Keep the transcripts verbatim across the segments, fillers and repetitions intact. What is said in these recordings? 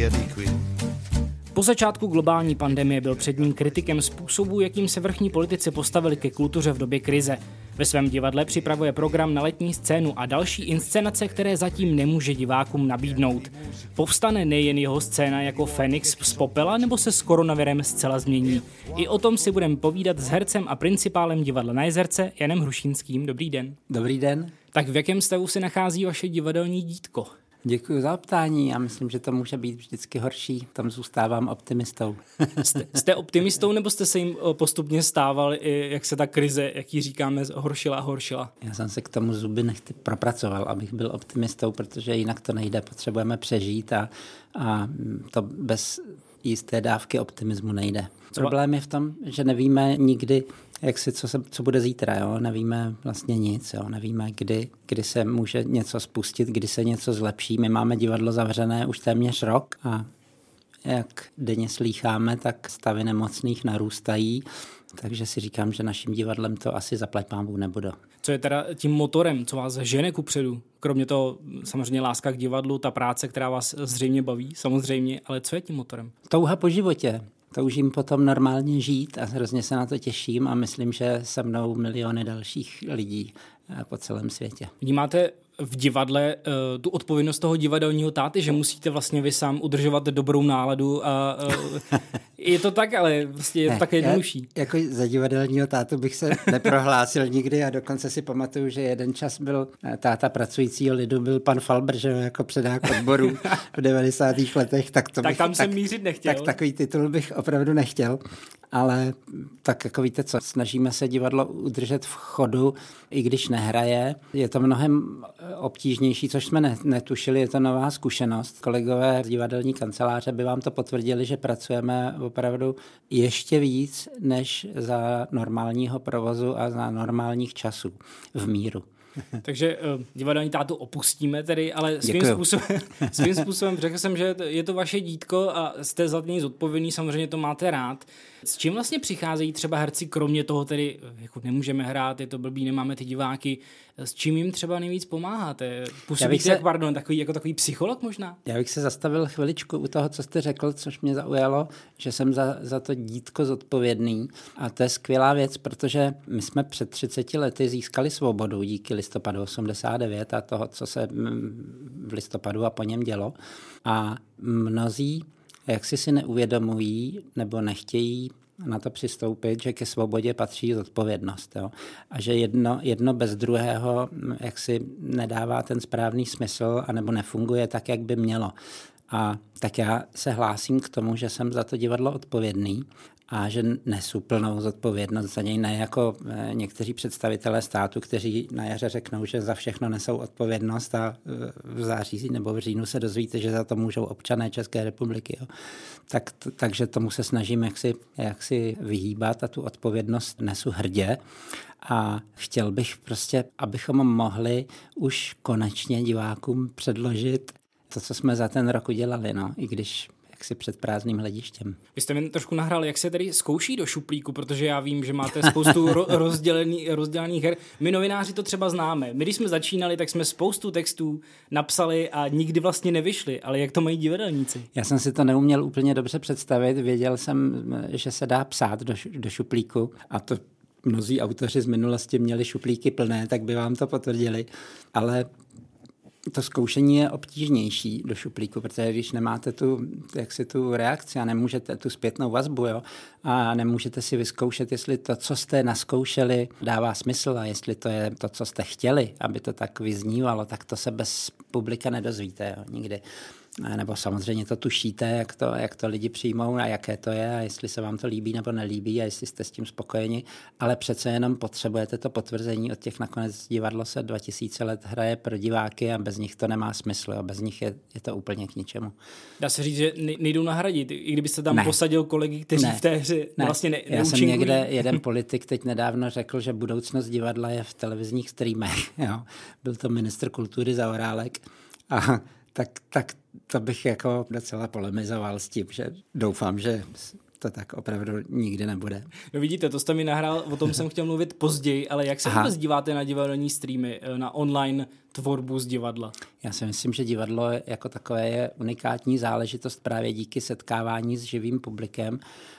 ieri qui. Po začátku globální pandemie byl před ním kritikem způsobu, jakým se vrchní politici postavili ke kultuře v době krize. Ve svém divadle připravuje program na letní scénu a další inscenace, které zatím nemůže divákům nabídnout. Povstane nejen jeho scéna jako Fenix z popela, nebo se s koronavirem zcela změní. I o tom si budeme povídat s hercem a principálem divadla Na Jezerce Janem Hrušínským. Dobrý den. Dobrý den. Tak v jakém stavu se nachází vaše divadelní dítko? Děkuji za optání. Já myslím, že to může být vždycky horší. Tam zůstávám optimistou. jste, jste optimistou, nebo jste se jim postupně stával, jak se ta krize, jak ji říkáme, horšila a horšila? Já jsem se k tomu zuby nechty propracoval, abych byl optimistou, protože jinak to nejde. Potřebujeme přežít a, a to bez jisté dávky optimismu nejde. Problém je v tom, že nevíme nikdy, jak si, co, se, co bude zítra, jo? Nevíme vlastně nic, jo? Nevíme, kdy, kdy se může něco spustit, kdy se něco zlepší. My máme divadlo zavřené už téměř rok a jak denně slýcháme, tak stavy nemocných narůstají, takže si říkám, že naším divadlem to asi zaplať pánbůh nebude. Co je teda tím motorem, co vás žene kupředu? Kromě toho samozřejmě láska k divadlu, ta práce, která vás zřejmě baví, samozřejmě, ale co je tím motorem? Touha po životě. Toužím potom normálně žít a hrozně se na to těším a myslím, že se mnou miliony dalších lidí po celém světě. Vnímáte v divadle uh, tu odpovědnost toho divadelního táty, že musíte vlastně vy sám udržovat dobrou náladu a uh, je to tak, ale vlastně je to tak jednodušší. Jako za divadelního tátu bych se neprohlásil nikdy a dokonce si pamatuju, že jeden čas byl táta pracujícího lidu, byl pan Falber, že jako předák odboru v devadesátých letech. Tak, to tak bych, tam jsem tak, mířit nechtěl. Tak takový titul bych opravdu nechtěl, ale tak jako víte co, snažíme se divadlo udržet v chodu, i když nehraje. Je to mnohem obtížnější, což jsme netušili, je to nová zkušenost. Kolegové z divadelní kanceláře by vám to potvrdili, že pracujeme opravdu ještě víc než za normálního provozu a za normálních časů v míru. Takže uh, divadelní tátu opustíme tedy, ale svým způsobem, svým způsobem řekl jsem, že je to vaše dítko a jste za něj zodpovědný, samozřejmě to máte rád. S čím vlastně přicházejí třeba herci, kromě toho tedy, jako nemůžeme hrát, je to blbý, nemáme ty diváky, s čím jim třeba nejvíc pomáháte? Působíte se, jak, pardon, takový, jako takový psycholog možná? Já bych se zastavil chviličku u toho, co jste řekl, což mě zaujalo, že jsem za, za to dítko zodpovědný a to je skvělá věc, protože my jsme před třiceti lety získali svobodu díky listopadu osmdesát devět a toho, co se v listopadu a po něm dělo a mnozí jak si si neuvědomují nebo nechtějí na to přistoupit, že ke svobodě patří zodpovědnost. Jo? A že jedno, jedno bez druhého jak si nedává ten správný smysl anebo nefunguje tak, jak by mělo. A tak já se hlásím k tomu, že jsem za to divadlo odpovědný a že nesu plnou zodpovědnost za něj, ne jako někteří představitelé státu, kteří na jaře řeknou, že za všechno nesou odpovědnost a v září nebo v říjnu se dozvíte, že za to můžou občané České republiky. Jo. Tak, t- takže tomu se snažím jaksi, jaksi vyhýbat a tu odpovědnost nesu hrdě. A chtěl bych prostě, abychom mohli už konečně divákům předložit to, co jsme za ten rok udělali, no, i když si před prázdným hledištěm. Vy jste mi trošku nahrál, jak se tady zkouší do šuplíku, protože já vím, že máte spoustu ro- rozdělený, rozdělených her. My novináři to třeba známe. My, když jsme začínali, tak jsme spoustu textů napsali a nikdy vlastně nevyšli, ale jak to mají divadelníci? Já jsem si to neuměl úplně dobře představit. Věděl jsem, že se dá psát do, do šuplíku a to mnozí autoři z minulosti měli šuplíky plné, tak by vám to potvrdili, ale to zkoušení je obtížnější do šuplíku, protože když nemáte tu, jaksi tu reakci a nemůžete tu zpětnou vazbu, jo, a nemůžete si vyzkoušet, jestli to, co jste naskoušeli, dává smysl a jestli to je to, co jste chtěli, aby to tak vyznívalo, tak to se bez publika nedozvíte, jo, nikdy. Nebo samozřejmě to tušíte, jak to, jak to lidi přijmou a jaké to je a jestli se vám to líbí nebo nelíbí a jestli jste s tím spokojeni, ale přece jenom potřebujete to potvrzení od těch. Nakonec divadlo se dva tisíce let hraje pro diváky a bez nich to nemá smysl a bez nich je, je to úplně k ničemu. Dá se říct, že nejdou nahradit, i kdybyste tam ne. posadil kolegy, kteří ne. v té hře ne. vlastně ne, Já jsem někde, jeden politik teď nedávno řekl, že budoucnost divadla je v televizních streamech. Jo. Byl to ministr kultury Zaorálek a tak, tak to bych jako docela polemizoval s tím, že doufám, že to tak opravdu nikdy nebude. No vidíte, to jste mi nahrál, o tom jsem chtěl mluvit později, ale jak se vůbec díváte na divadelní streamy, na online tvorbu z divadla? Já si myslím, že divadlo jako takové je unikátní záležitost právě díky setkávání s živým publikem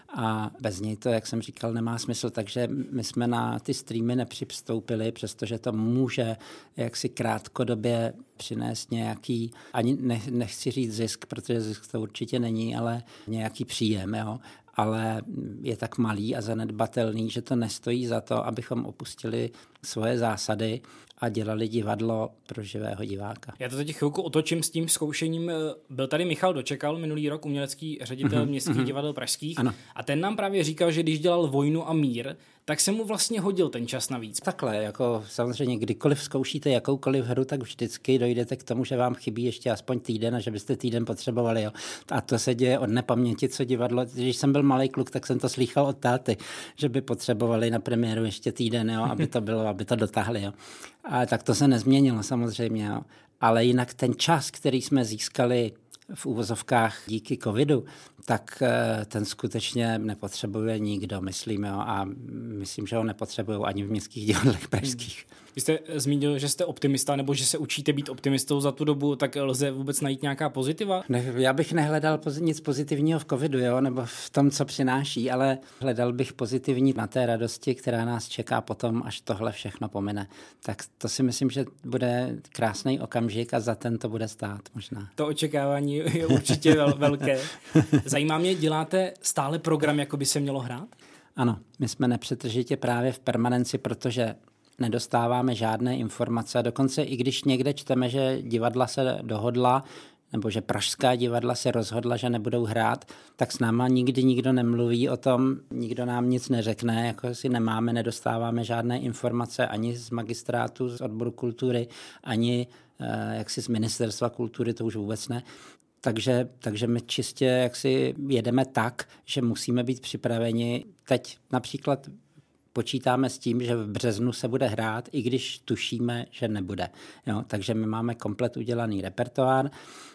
a bez něj to, jak jsem říkal, nemá smysl. Takže my jsme na ty streamy nepřistoupili, přestože to může jaksi krátkodobě přinést nějaký, ani nechci říct zisk, protože zisk to určitě není, ale nějaký příjem, jo. Ale je tak malý a zanedbatelný, že to nestojí za to, abychom opustili svoje zásady a dělali divadlo pro živého diváka. Já to teď chvilku otočím s tím zkoušením. Byl tady Michal Dočekal minulý rok, umělecký ředitel mm-hmm, městských mm-hmm. divadel pražských. Ano. A ten nám právě říkal, že když dělal Vojnu a mír, tak se mu vlastně hodil ten čas navíc. Takhle, jako samozřejmě kdykoliv zkoušíte jakoukoliv hru, tak vždycky dojdete k tomu, že vám chybí ještě aspoň týden a že byste týden potřebovali. Jo. A to se děje od nepaměti, co divadlo. Když jsem byl malý kluk, tak jsem to slýchal od táty, že by potřebovali na premiéru ještě týden, jo, aby to bylo, aby to dotáhli. Jo. A tak to se nezměnilo samozřejmě. Jo. Ale jinak ten čas, který jsme získali v úvozovkách díky covidu, tak ten skutečně nepotřebuje nikdo, myslím, jo, a myslím, že ho nepotřebují ani v městských divadlech pražských. Vy jste zmínil, že jste optimista, nebo že se učíte být optimistou za tu dobu, tak lze vůbec najít nějaká pozitiva? Ne, já bych nehledal nic pozitivního v covidu, jo, nebo v tom, co přináší, ale hledal bych pozitivní na té radosti, která nás čeká potom, až tohle všechno pomine. Tak to si myslím, že bude krásný okamžik a za ten to bude stát možná. To očekávání je určitě vel, velké. Zajímá mě, děláte stále program, jako by se mělo hrát? Ano, my jsme nepřetržitě právě v permanenci, protože nedostáváme žádné informace. Dokonce i když někde čteme, že divadla se dohodla, nebo že pražská divadla se rozhodla, že nebudou hrát, tak s náma nikdy nikdo nemluví o tom, nikdo nám nic neřekne, jako si nemáme, nedostáváme žádné informace ani z magistrátu, z odboru kultury, ani eh, jaksi z ministerstva kultury, to už vůbec ne. Takže, takže my čistě jaksi jedeme tak, že musíme být připraveni. Teď například počítáme s tím, že v březnu se bude hrát, i když tušíme, že nebude. Jo, takže my máme komplet udělaný repertoár,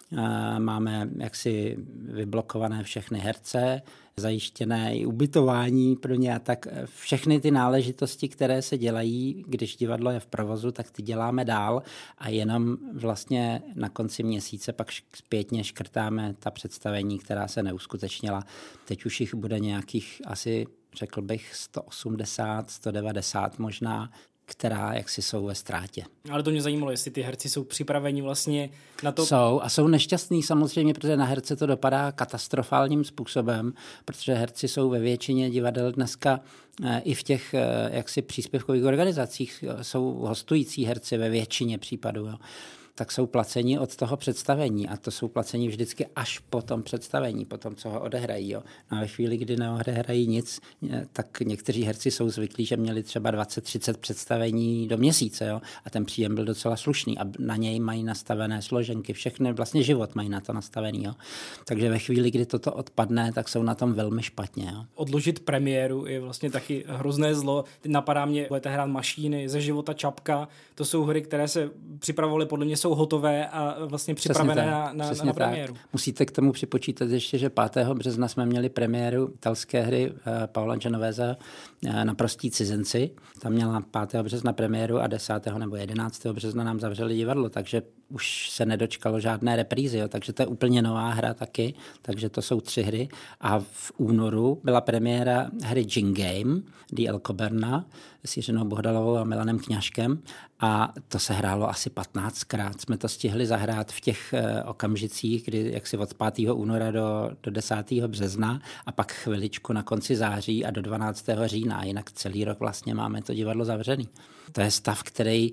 máme jaksi vyblokované všechny herce, zajištěné i ubytování pro ně a tak všechny ty náležitosti, které se dělají, když divadlo je v provozu, tak ty děláme dál a jenom vlastně na konci měsíce pak zpětně škrtáme ta představení, která se neuskutečnila. Teď už jich bude nějakých asi, řekl bych, sto osmdesát, sto devadesát možná, která jaksi jsou ve ztrátě. Ale to mě zajímalo, jestli ty herci jsou připraveni vlastně na to. Jsou a jsou nešťastní samozřejmě, protože na herce to dopadá katastrofálním způsobem, protože herci jsou ve většině divadel dneska i v těch jaksi příspěvkových organizacích, jsou hostující herci ve většině případů, jo. Tak jsou placeni od toho představení a to jsou placeni vždycky až po tom představení, po tom, co ho odehrají. Jo. No a ve chvíli, kdy neodehrají nic, tak někteří herci jsou zvyklí, že měli třeba dvacet třicet představení do měsíce, jo, a ten příjem byl docela slušný a na něj mají nastavené složenky, všechny, vlastně život mají na to nastavený. Jo. Takže ve chvíli, kdy toto odpadne, tak jsou na tom velmi špatně. Jo. Odložit premiéru je vlastně taky hrozné zlo. Teď napadá mě, budete hrát Mašíny, Ze života Čapka, to jsou hry, které se připravovaly, podle mě jsou hotové a vlastně připravené na, na, na premiéru. Musíte k tomu připočítat ještě, že pátého března jsme měli premiéru italské hry Paula Genovese Naprostí cizinci. Tam měla pátého března premiéru a desátého nebo jedenáctého března nám zavřeli divadlo, takže už se nedočkalo žádné reprízy, jo, takže to je úplně nová hra taky, takže to jsou tři hry. A v únoru byla premiéra hry Gin Game, D L Koberna, s Jiřinou Bohdalovou a Milanem Kňažkem a to se hrálo asi patnáctkrát. Jsme to stihli zahrát v těch eh, okamžicích, kdy jaksi od pátého února do, do desátého března a pak chviličku na konci září a do dvanáctého října. A jinak celý rok vlastně máme to divadlo zavřený. To je stav, který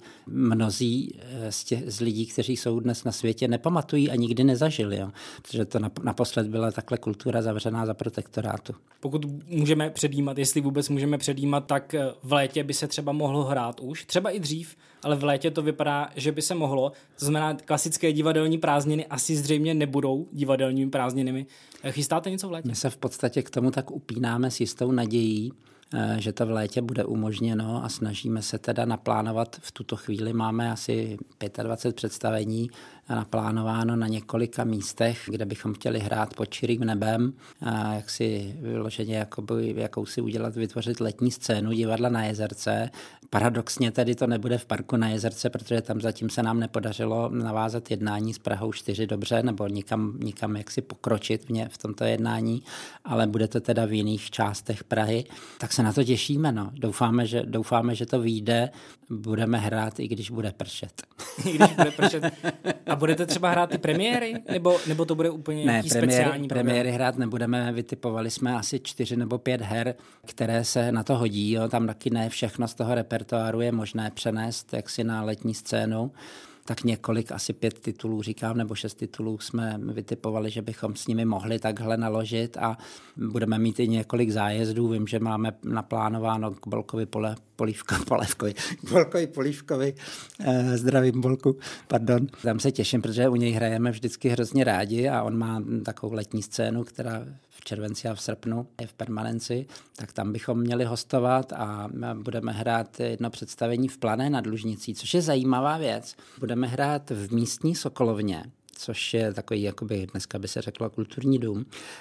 mnozí z, těch, z lidí, kteří jsou dnes na světě, nepamatují a nikdy nezažili. Jo. Protože to naposled byla takhle kultura zavřená za protektorátu. Pokud můžeme předjímat, jestli vůbec můžeme předjímat, tak v létě by se třeba mohlo hrát už, třeba i dřív, ale v létě to vypadá, že by se mohlo. To znamená, klasické divadelní prázdniny asi zřejmě nebudou divadelními prázdninami. Chystáte něco v létě? My se v podstatě k tomu tak upínáme s jistou nadějí, že to v létě bude umožněno a snažíme se teda naplánovat. V tuto chvíli máme asi dvacet pět představení naplánováno na několika místech, kde bychom chtěli hrát pod čirým nebem, a jak si vyloženě jakoby, jakousi udělat, vytvořit letní scénu divadla na Jezerce. Paradoxně tedy to nebude v parku na Jezerce, protože tam zatím se nám nepodařilo navázat jednání s Prahou čtyři dobře, nebo nikam, nikam jaksi pokročit v, ně, v tomto jednání, ale bude to teda v jiných částech Prahy. Tak se na to těšíme, no. Doufáme, že, doufáme, že to vyjde. Budeme hrát, i když bude pršet. I když bude pršet. A budete třeba hrát ty premiéry? Nebo, nebo to bude úplně ne, nějaký premiéry, speciální program? Premiéry hrát nebudeme, vytipovali jsme asi čtyři nebo pět her, které se na to hodí. Jo. Tam taky ne všechno z toho repertoáru je možné přenést jaksi na letní scénu. Tak několik, asi pět titulů říkám, nebo šest titulů jsme vytipovali, že bychom s nimi mohli takhle naložit a budeme mít i několik zájezdů. Vím, že máme naplánováno k Bolkovi pole, Polívko, Polevkovi, k Bolkovi Polívkovi, eh, zdravím Bolku, pardon. Tam se těším, protože u něj hrajeme vždycky hrozně rádi a on má takovou letní scénu, která v červenci a v srpnu je v permanenci, tak tam bychom měli hostovat a budeme hrát jedno představení v Plané nad Lužnicí, což je zajímavá věc. Budeme hrát v místní Sokolovně, což je takový, jakoby dneska by se řeklo, kulturní dům.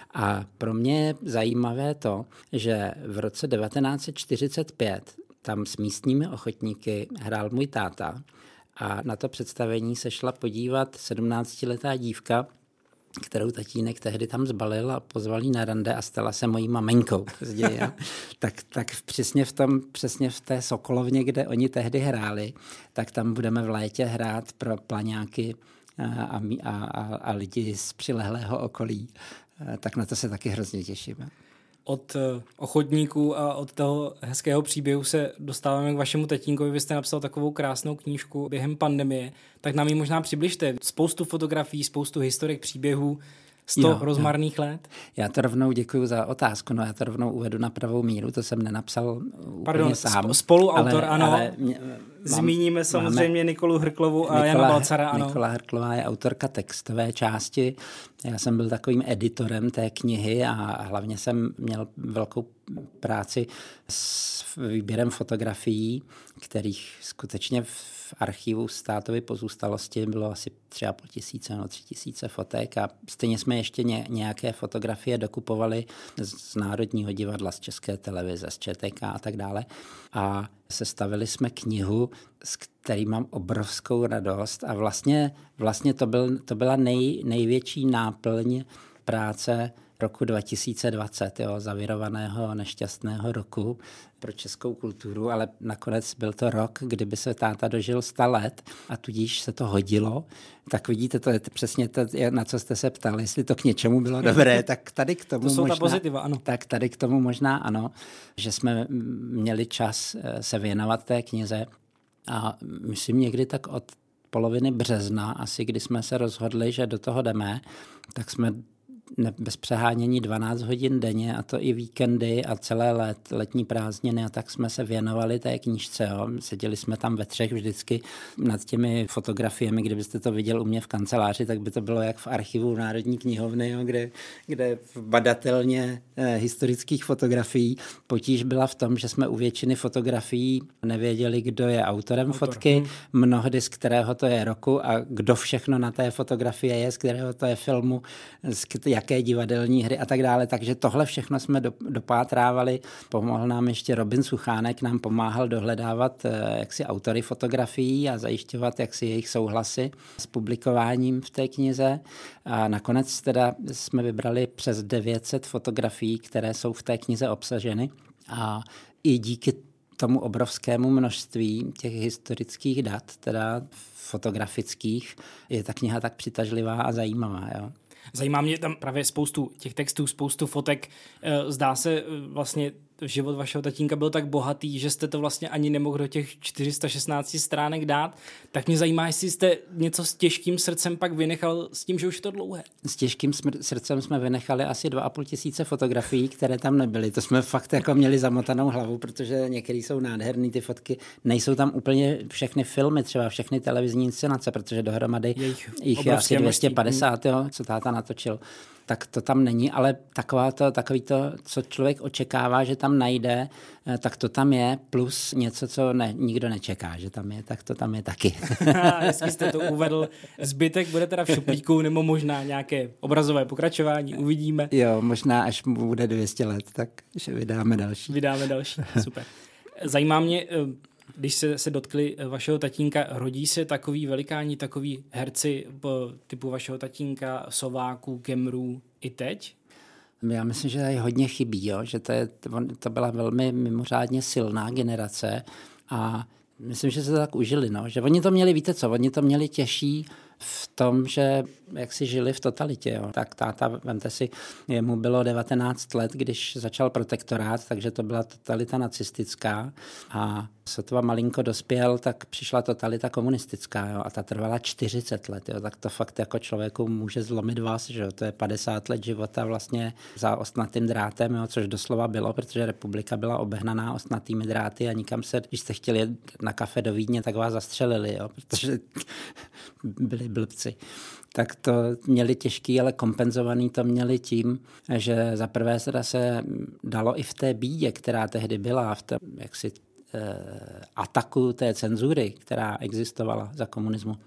A pro mě je zajímavé to, že v roce devatenáct set čtyřicet pět tam s místními ochotníky hrál můj táta a na to představení se šla podívat sedmnáctiletá dívka, kterou tatínek tehdy tam zbalil a pozval jí na rande a stala se mojí maminkou. tak, tak přesně v tom, přesně v té Sokolovně, kde oni tehdy hráli, tak tam budeme v létě hrát pro plaňáky a, a, a, a lidi z přilehlého okolí. Tak na to se taky hrozně těšíme. Od ochotníků a od toho hezkého příběhu se dostáváme k vašemu tatínkovi. Vy jste napsal takovou krásnou knížku během pandemie, tak nám ji možná přibližte. Spoustu fotografií, spoustu historik, příběhů, sto jo, rozmarných jo. let. Já to rovnou děkuju za otázku, no já to rovnou uvedu na pravou míru, to jsem nenapsal Pardon, úplně sám. Spoluautor, ale, ano. Ale mě, mám, Zmíníme samozřejmě Nikolu Hrklovu a Nikola, Jana Balcara, ano. Nikola Hrklová je autorka textové části. Já jsem byl takovým editorem té knihy a hlavně jsem měl velkou práci s výběrem fotografií, kterých skutečně v archivu státovy pozůstalosti bylo asi tři a půl tisíce, no tři tisíce fotek a stejně jsme ještě ně, nějaké fotografie dokupovali z Národního divadla, z České televize, z ČTK a tak dále. A sestavili jsme knihu, s který mám obrovskou radost a vlastně, vlastně to, byl, to byla nej, největší náplň práce roku dva tisíce dvacet, jo, zavírovaného nešťastného roku pro českou kulturu, ale nakonec byl to rok, kdyby se táta dožil sta let a tudíž se to hodilo. Tak vidíte, to je přesně to, na co jste se ptali, jestli to k něčemu bylo dobré, tak tady k tomu to jsou možná, ta pozitiva, ano. Tak tady k tomu možná ano, že jsme měli čas se věnovat té knize a myslím někdy tak od poloviny března, asi kdy jsme se rozhodli, že do toho jdeme, tak jsme ne, bez přehánění dvanáct hodin denně a to i víkendy a celé let, letní prázdniny a tak jsme se věnovali té knížce. Jo. Seděli jsme tam ve třech vždycky nad těmi fotografiemi, kdybyste to viděl u mě v kanceláři, tak by to bylo jak v archivu Národní knihovny, jo, kde, kde v badatelně eh, historických fotografií. Potíž byla v tom, že jsme u většiny fotografií nevěděli, kdo je autorem Autor. fotky, mnohdy z kterého to je roku a kdo všechno na té fotografii je, z kterého to je filmu, z jaké divadelní hry a tak dále. Takže tohle všechno jsme do, dopátrávali. Pomohl nám ještě Robin Suchánek, nám pomáhal dohledávat jaksi autory fotografií a zajišťovat jaksi jejich souhlasy s publikováním v té knize. A nakonec teda jsme vybrali přes devět set fotografií, které jsou v té knize obsaženy. A i díky tomu obrovskému množství těch historických dat, teda fotografických, je ta kniha tak přitažlivá a zajímavá, jo. Zajímá mě tam právě spoustu těch textů, spoustu fotek. Zdá se vlastně, život vašeho tatínka byl tak bohatý, že jste to vlastně ani nemohl do těch čtyři sta šestnáct stránek dát. Tak mě zajímá, jestli jste něco s těžkým srdcem pak vynechal s tím, že už je to dlouhé. S těžkým smr- srdcem jsme vynechali asi dva a půl tisíce fotografií, které tam nebyly. To jsme fakt jako měli zamotanou hlavu, protože některé jsou nádherný, ty fotky. Nejsou tam úplně všechny filmy, třeba všechny televizní inscenace, protože dohromady jich, jich je asi dvě stě padesát, jo, co táta natočil. tak to tam není, ale taková to, takový to, co člověk očekává, že tam najde, tak to tam je, plus něco, co ne, nikdo nečeká, že tam je, tak to tam je taky. Hezky jste to uvedl. Zbytek bude teda v šuplíku, nebo možná nějaké obrazové pokračování, uvidíme. Jo, možná až mu bude dvě stě let, tak že vydáme další. Vydáme další, super. Zajímá mě, když se, se dotkli vašeho tatínka, rodí se takový velikáni, takový herci typu vašeho tatínka, Sováků, Kemrů i teď? Já myslím, že tady hodně chybí, jo? Že to, je, to byla velmi mimořádně silná generace a myslím, že se to tak užili, no? Že oni to měli, víte co, oni to měli těžší v tom, že jak si žili v totalitě. Jo. Tak táta, vemte si, jemu bylo devatenáct let, když začal protektorát, takže to byla totalita nacistická a sotva malinko dospěl, tak přišla totalita komunistická, jo, a ta trvala čtyřicet let. Jo, tak to fakt jako člověku může zlomit vás, že jo, to je padesát let života vlastně za ostnatým drátem, jo, což doslova bylo, protože republika byla obehnaná ostnatými dráty a nikam se, když jste chtěli jet na kafe do Vídně, tak vás zastřelili, jo, protože byli blbci. Tak to měli těžký, ale kompenzovaný to měli tím, že za prvé se se dalo i v té bídě, která tehdy byla, v tom jaksi eh, ataku té cenzury, která existovala za komunismu,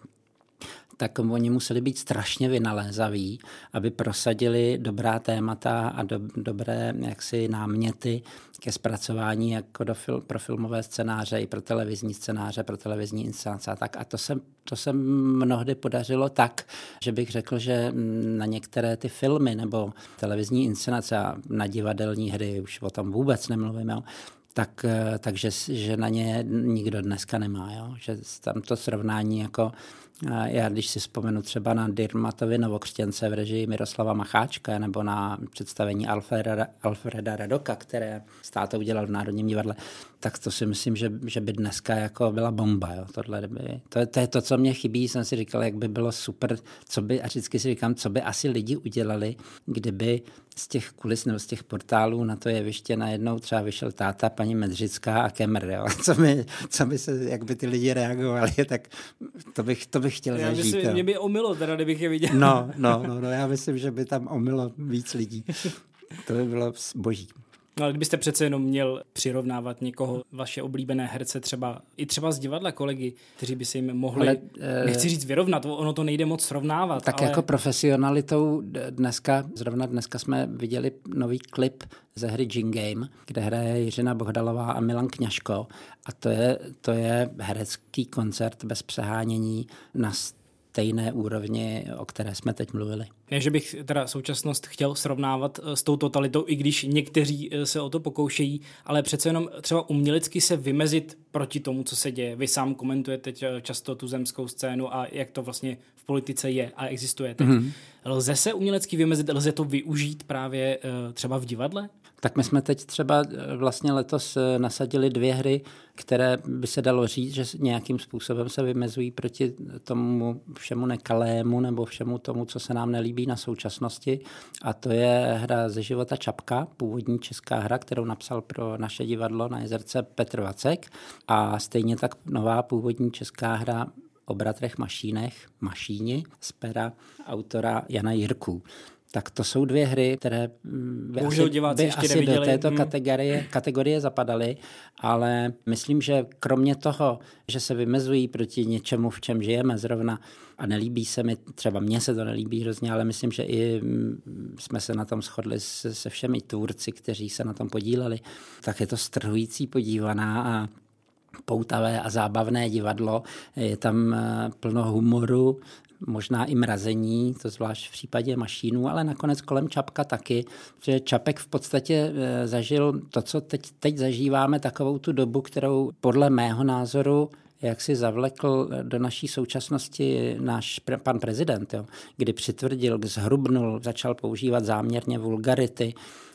tak oni museli být strašně vynalézaví, aby prosadili dobrá témata a do, dobré jaksi náměty ke zpracování jako do fil, pro filmové scénáře i pro televizní scénáře, pro televizní inscenace a tak. A to se, to se mnohdy podařilo tak, že bych řekl, že na některé ty filmy nebo televizní inscenace a na divadelní hry, už o tom vůbec nemluvím, jo, tak, takže že na ně nikdo dneska nemá. Jo? Že tam to srovnání jako já, když si vzpomenu třeba na Dyrmatovi Novokřtěnce v režii Miroslava Macháčka nebo na představení Alfreda, Alfreda Radoka, které státo udělal v Národním divadle, tak to si myslím, že, že by dneska jako byla bomba. Jo? Tohle by, to, to je to, co mě chybí. Jsem si říkal, jak by bylo super, co by, a vždycky si říkám, co by asi lidi udělali, kdyby z těch kulis nebo z těch portálů na to jeviště najednou třeba vyšel táta, paní Medřická a Kemr. Jo? Co, by, co by se, jak by ty lidi reagovali, tak to bych, to bych chtěl já zažít. Myslím, jo. Mě by omylo, teda, kdybych je viděl. No, no, no, no, já myslím, že by tam omylo víc lidí. To by bylo boží. No, ale kdybyste přece jenom měl přirovnávat někoho, vaše oblíbené herce, třeba i třeba z divadla kolegy, kteří by si jim mohli, ale, nechci říct vyrovnat, ono to nejde moc srovnávat. Tak ale... jako profesionalitou dneska, zrovna dneska jsme viděli nový klip ze hry Gin Game, kde hraje Jiřina Bohdalová a Milan Kňažko a to je, to je herecký koncert bez přehánění na stejné úrovni, o které jsme teď mluvili. Ne, že bych teda současnost chtěl srovnávat s tou totalitou, i když někteří se o to pokoušejí, ale přece jenom třeba umělecky se vymezit proti tomu, co se děje. Vy sám komentujete často tu zemskou scénu a jak to vlastně v politice je a existuje teď. Mm-hmm. Lze se umělecky vymezit, lze to využít právě třeba v divadle? Tak my jsme teď třeba vlastně letos nasadili dvě hry, které by se dalo říct, že nějakým způsobem se vymezují proti tomu všemu nekalému nebo všemu tomu, co se nám nelíbí na současnosti. A to je hra Ze života Čapka, původní česká hra, kterou napsal pro naše divadlo na Jezerce Petr Vacek. A stejně tak nová původní česká hra o bratrech Mašínech, Mašíni, z pera autora Jana Jirků. Tak to jsou dvě hry, které by Bohužel asi, by asi do této hmm. kategorie, kategorie zapadaly, ale myslím, že kromě toho, že se vymezují proti něčemu, v čem žijeme zrovna a nelíbí se mi, třeba mně se to nelíbí hrozně, ale myslím, že i jsme se na tom shodli se, se všemi tvůrci, kteří se na tom podíleli, tak je to strhující podívaná a poutavé a zábavné divadlo. Je tam plno humoru, možná i mrazení, to zvlášť v případě Mašínů, ale nakonec kolem Čapka taky, že Čapek v podstatě zažil to, co teď, teď zažíváme, takovou tu dobu, kterou podle mého názoru jak si zavlekl do naší současnosti náš pre, pan prezident, jo, kdy přitvrdil, zhrubnul, začal používat záměrně vulgarity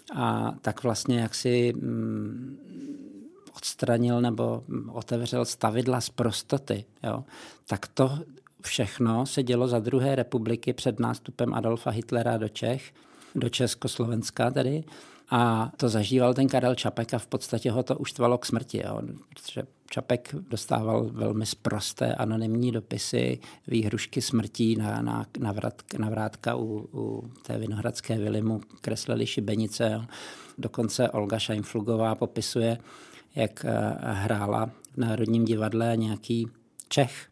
a tak vlastně jak si mm, odstranil nebo otevřel stavidla z prostoty. Jo. Tak to všechno se dělo za druhé republiky před nástupem Adolfa Hitlera do Čech, do Československa tedy. A to zažíval ten Karel Čapek a v podstatě ho to uštvalo k smrti. Jo. Protože Čapek dostával velmi sprosté anonymní dopisy, výhrušky smrtí na, na, na, vrat, na vrátka u, u té vinohradské vily mu kreslili šibenice. Jo. Dokonce Olga Šajnflugová popisuje, jak hrála v Národním divadle nějaký Čech,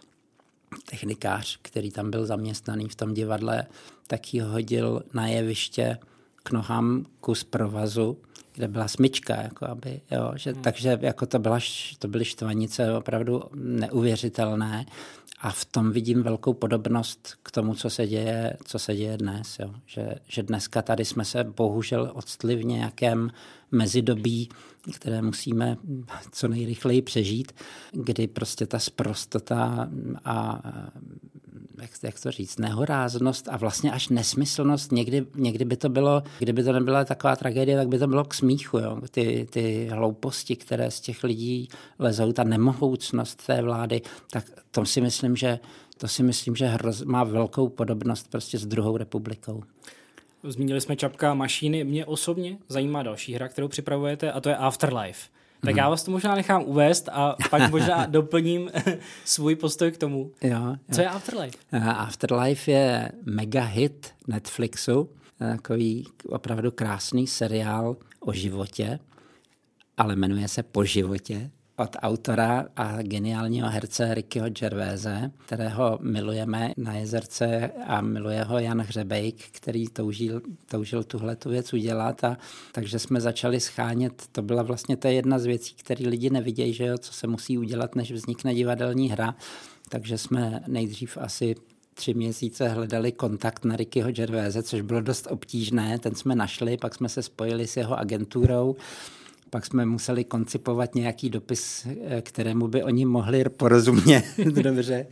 technikář, který tam byl zaměstnaný v tom divadle, tak ji hodil na jeviště k nohám kus provazu, kde byla smyčka, jako aby, jo, že, hmm. takže jako to, byla, to byly štvanice opravdu neuvěřitelné a v tom vidím velkou podobnost k tomu, co se děje, co se děje dnes. Jo. Že, že dneska tady jsme se bohužel odstli v nějakém mezidobí, které musíme co nejrychleji přežít, kdy prostě ta sprostota a jak, jak to říct, nehoráznost a vlastně až nesmyslnost, někdy, někdy by to bylo, kdyby to nebyla taková tragédie, tak by to bylo k smíchu. Jo. Ty, ty hlouposti, které z těch lidí lezou, ta nemohoucnost té vlády, tak to si myslím, že, to si myslím, že hroz, má velkou podobnost prostě s druhou republikou. Zmínili jsme Čapka a Mašíny. Mě osobně zajímá další hra, kterou připravujete, a to je Afterlife. Tak já vás to možná nechám uvést a pak možná doplním svůj postoj k tomu. Jo, jo. Co je Afterlife? Afterlife je mega hit Netflixu, takový opravdu krásný seriál o životě, ale jmenuje se Po životě, od autora a geniálního herce Rickyho Gervaise, kterého milujeme na Jezerce a miluje ho Jan Hřebejk, který toužil, toužil tuhletu věc udělat. A, takže jsme začali schánět, to byla vlastně to jedna z věcí, které lidi nevidějí, že jo, co se musí udělat, než vznikne divadelní hra. Takže jsme nejdřív asi tři měsíce hledali kontakt na Rickyho Gervaise, což bylo dost obtížné, ten jsme našli, pak jsme se spojili s jeho agenturou. Pak jsme museli koncipovat nějaký dopis, kterému by oni mohli porozumět dobře.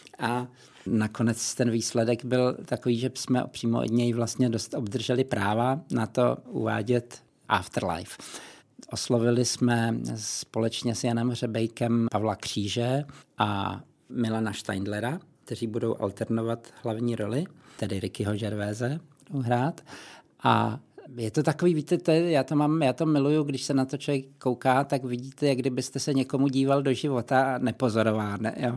A nakonec ten výsledek byl takový, že jsme přímo od něj vlastně dost obdrželi práva na to uvádět Afterlife. Oslovili jsme společně s Janem Hřebejkem Pavla Kříže a Milana Steindlera, kteří budou alternovat hlavní roli, tedy Rickyho Gervaise hrát. A je to takový, víte, to je, já to mám, já to miluju, když se na to člověk kouká, tak vidíte, jak kdybyste se někomu díval do života a nepozoroval, ne, jo.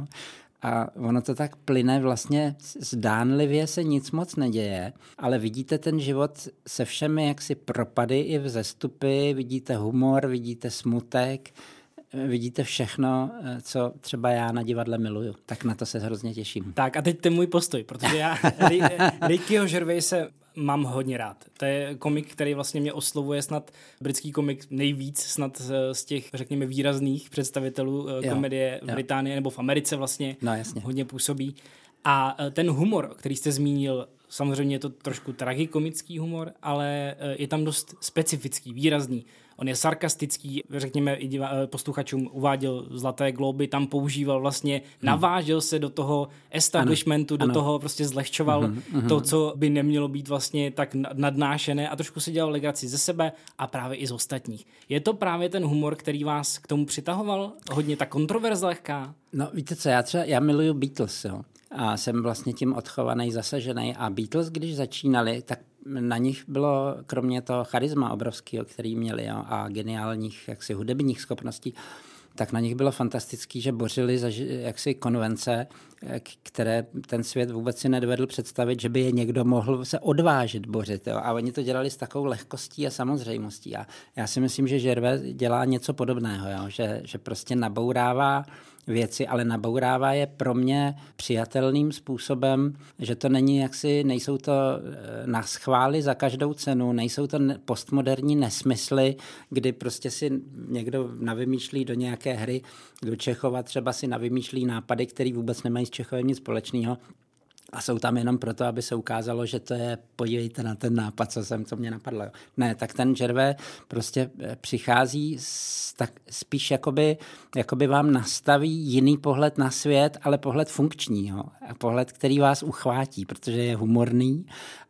A ono to tak plyne, vlastně zdánlivě se nic moc neděje, ale vidíte ten život se všemi jaksi propady i vzestupy, vidíte humor, vidíte smutek, vidíte všechno, co třeba já na divadle miluju. Tak na to se hrozně těším. Tak a teď ten můj postoj, protože já Rickyho Gervaise mám hodně rád. To je komik, který vlastně mě oslovuje snad britský komik nejvíc, snad z těch, řekněme, výrazných představitelů jo, komedie v jo. Británii nebo v Americe vlastně no, jasně. hodně působí. A ten humor, který jste zmínil, samozřejmě je to trošku tragikomický humor, ale je tam dost specifický, výrazný. On je sarkastický, řekněme, i posluchačům uváděl Zlaté globy, tam používal vlastně, navážel se do toho establishmentu, ano, do ano. toho prostě zlehčoval uh-huh, uh-huh. to, co by nemělo být vlastně tak nadnášené a trošku si dělal legraci ze sebe a právě i z ostatních. Je to právě ten humor, který vás k tomu přitahoval? Hodně ta kontroverze lehká? No víte co, já třeba, já miluju Beatles, jo. A jsem vlastně tím odchovaný, zasažený. A Beatles, když začínali, tak na nich bylo, kromě toho charisma obrovského, který měli, jo, a geniálních jaksi hudebních schopností, tak na nich bylo fantastický, že bořili za jaksi konvence, které ten svět vůbec si nedovedl představit, že by je někdo mohl se odvážit bořit. Jo. A oni to dělali s takovou lehkostí a samozřejmostí. A já si myslím, že Gervaise dělá něco podobného, jo. Že, že prostě nabourává věci, ale nabourává je pro mě přijatelným způsobem, že to není jaksi, nejsou to na schvály za každou cenu, nejsou to postmoderní nesmysly, kdy prostě si někdo navymýšlí do nějaké hry, do Čechova třeba si navymýšlí nápady, které vůbec nemají s Čechovem nic společného. A jsou tam jenom proto, aby se ukázalo, že to je, podívejte na ten nápad, co jsem, co mě napadlo. Ne, tak ten Gervaise prostě přichází s, tak spíš jakoby, jakoby vám nastaví jiný pohled na svět, ale pohled funkční, jo? A pohled, který vás uchvátí, protože je humorný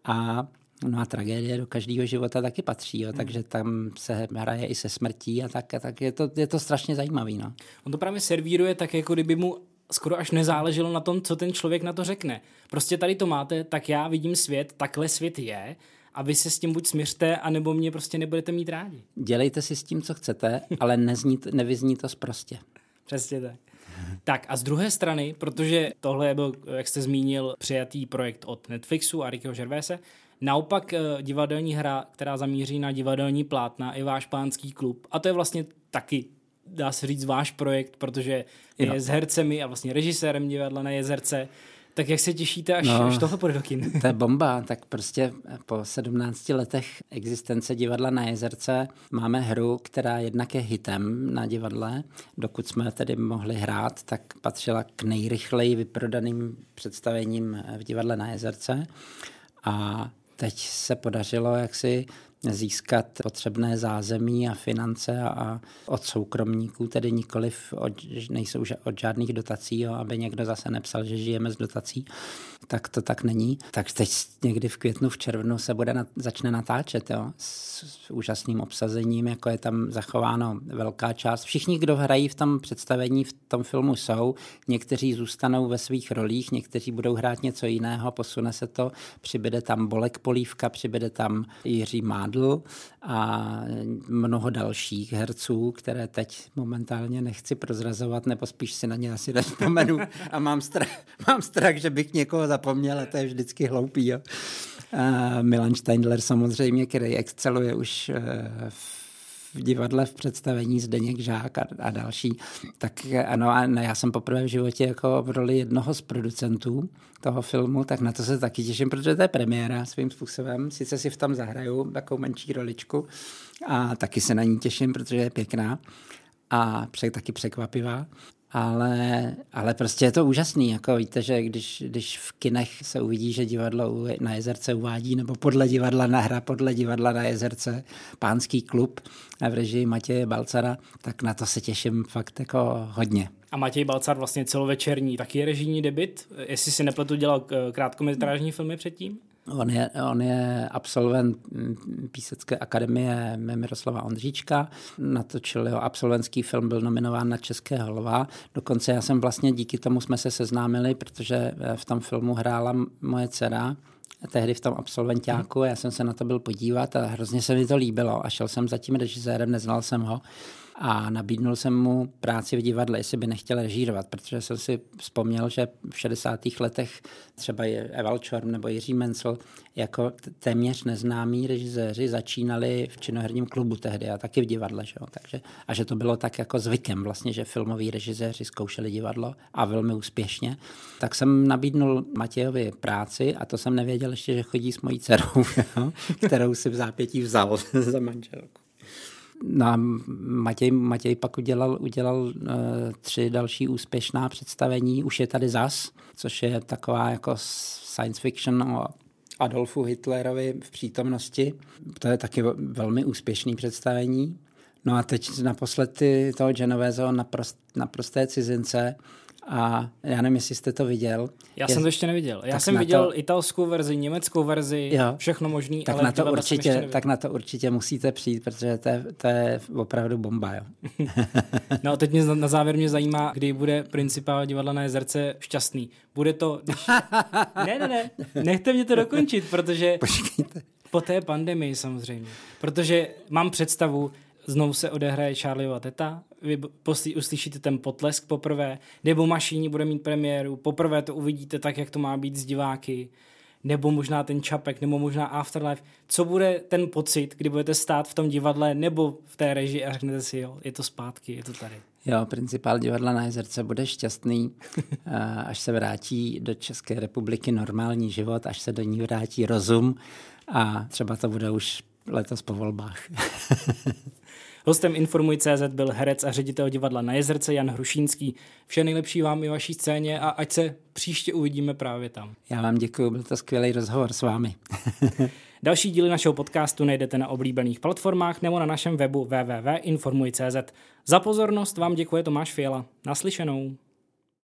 a no a tragédie do každého života taky patří, jo? Takže tam se hraje i se smrtí a tak, a tak je, to, je to strašně zajímavý. No. On to právě servíruje tak, jako kdyby mu skoro až nezáleželo na tom, co ten člověk na to řekne. Prostě tady to máte, tak já vidím svět, takhle svět je a vy se s tím buď smiřte, anebo mě prostě nebudete mít rádi. Dělejte si s tím, co chcete, ale nezní, nevyzní to sprostě. Přesně tak. Tak a z druhé strany, protože tohle byl, jak jste zmínil, přijatý projekt od Netflixu a Rickyho Gervaise, naopak divadelní hra, která zamíří na divadelní plátna, je váš Pánský klub. A to je vlastně taky, dá se říct, váš projekt, protože je jo. s hercemi a vlastně režisérem divadla na Jezerce. Tak jak se těšíte, až, no, až tohle půjde do kin? To je bomba. Tak prostě po sedmnácti letech existence divadla na Jezerce máme hru, která jednak je hitem na divadle. Dokud jsme tedy mohli hrát, tak patřila k nejrychleji vyprodaným představením v divadle na Jezerce. A teď se podařilo jaksi získat potřebné zázemí a finance a od soukromníků, tedy nikoliv od, nejsou od žádných dotací, jo, aby někdo zase nepsal, že žijeme z dotací, tak to tak není. Tak teď někdy v květnu, v červnu se bude na, začne natáčet, jo, s, s úžasným obsazením, jako je tam zachováno velká část. Všichni, kdo hrají v tom představení, v tom filmu jsou, někteří zůstanou ve svých rolích, někteří budou hrát něco jiného, posune se to, přibyde tam Bolek Polívka, přibyde tam Jiří Mádl a mnoho dalších herců, které teď momentálně nechci prozrazovat, nebo spíš si na ně asi nevzpomenu a mám strach, mám strach, že bych někoho zapomněl a to je vždycky hloupý. Jo. A Milan Steindler samozřejmě, který exceluje už v divadle v představení Zdeněk Žák a, a další. Tak ano, a já jsem poprvé v životě jako v roli jednoho z producentů toho filmu, tak na to se taky těším, protože to je premiéra svým způsobem. Sice si v tom zahraju takovou menší roličku a taky se na ní těším, protože je pěkná a pře- taky překvapivá. Ale, ale prostě je to úžasný, jako víte, že když, když v kinech se uvidí, že divadlo na Jezerce uvádí, nebo podle divadla na hra, podle divadla na Jezerce, Pánský klub v režii Matěje Balcara, tak na to se těším fakt jako hodně. A Matěj Balcar vlastně celovečerní, taky je režijní debut? Jestli si nepletu, dělal krátkometrážní filmy předtím? On je, on je absolvent Písecké akademie Miroslava Ondříčka, natočil jeho absolventský film, byl nominován na Českého lva. Dokonce já jsem vlastně díky tomu jsme se seznámili, protože v tom filmu hrála moje dcera, tehdy v tom absolventáku, já jsem se na to byl podívat a hrozně se mi to líbilo a šel jsem za tím režisérem, neznal jsem ho. A nabídnul jsem mu práci v divadle, jestli by nechtěl režírovat, protože jsem si vzpomněl, že v šedesátých letech třeba Eval Čorm nebo Jiří Mencel jako téměř neznámí režiséři začínali v činoherním klubu tehdy a taky v divadle. Že? Takže, a že to bylo tak jako zvykem vlastně, že filmoví režiséři zkoušeli divadlo a velmi úspěšně. Tak jsem nabídnul Matějovi práci a to jsem nevěděl ještě, že chodí s mojí dcerou, kterou si v zápětí vzal za manželku. No a Matěj, Matěj pak udělal, udělal uh, tři další úspěšná představení. Už je tady zas, což je taková jako science fiction o Adolfu Hitlerovi v přítomnosti. To je taky velmi úspěšný představení. No a teď naposled toho Genoveseho naprost, naprosté cizince. A já nevím, jestli jste to viděl. Já je, jsem to ještě neviděl. Já jsem viděl to, italskou verzi, německou verzi, jo, všechno možný, tak ale na to určitě, tak na to určitě musíte přijít, protože to je, to je opravdu bomba. Jo. No a teď mě na závěr mě zajímá, kdy bude principál divadla na Jezerce šťastný. Bude to... Když... ne, ne, ne, nechte mě to dokončit, protože... Počkejte. Po té pandemii samozřejmě. Protože mám představu, znovu se odehraje Charlieova teta, vy poslí, uslyšíte ten potlesk poprvé, nebo Mašíni bude mít premiéru, poprvé to uvidíte tak, jak to má být s diváky, nebo možná ten Čapek, nebo možná Afterlife. Co bude ten pocit, kdy budete stát v tom divadle nebo v té režii a řeknete si, jo, je to zpátky, je to tady. Jo, principál divadla na Jezerce bude šťastný, až se vrátí do České republiky normální život, až se do ní vrátí rozum a třeba to bude už letos po volbách. Hostem Informuj tečka cé zet byl herec a ředitel divadla na Jezerce Jan Hrušínský. Vše nejlepší vám i vaší scéně a ať se příště uvidíme právě tam. Já vám děkuji, byl to skvělý rozhovor s vámi. Další díly našeho podcastu najdete na oblíbených platformách nebo na našem webu w w w tečka informuj tečka cé zet. Za pozornost vám děkuje Tomáš Fiala. Naslyšenou.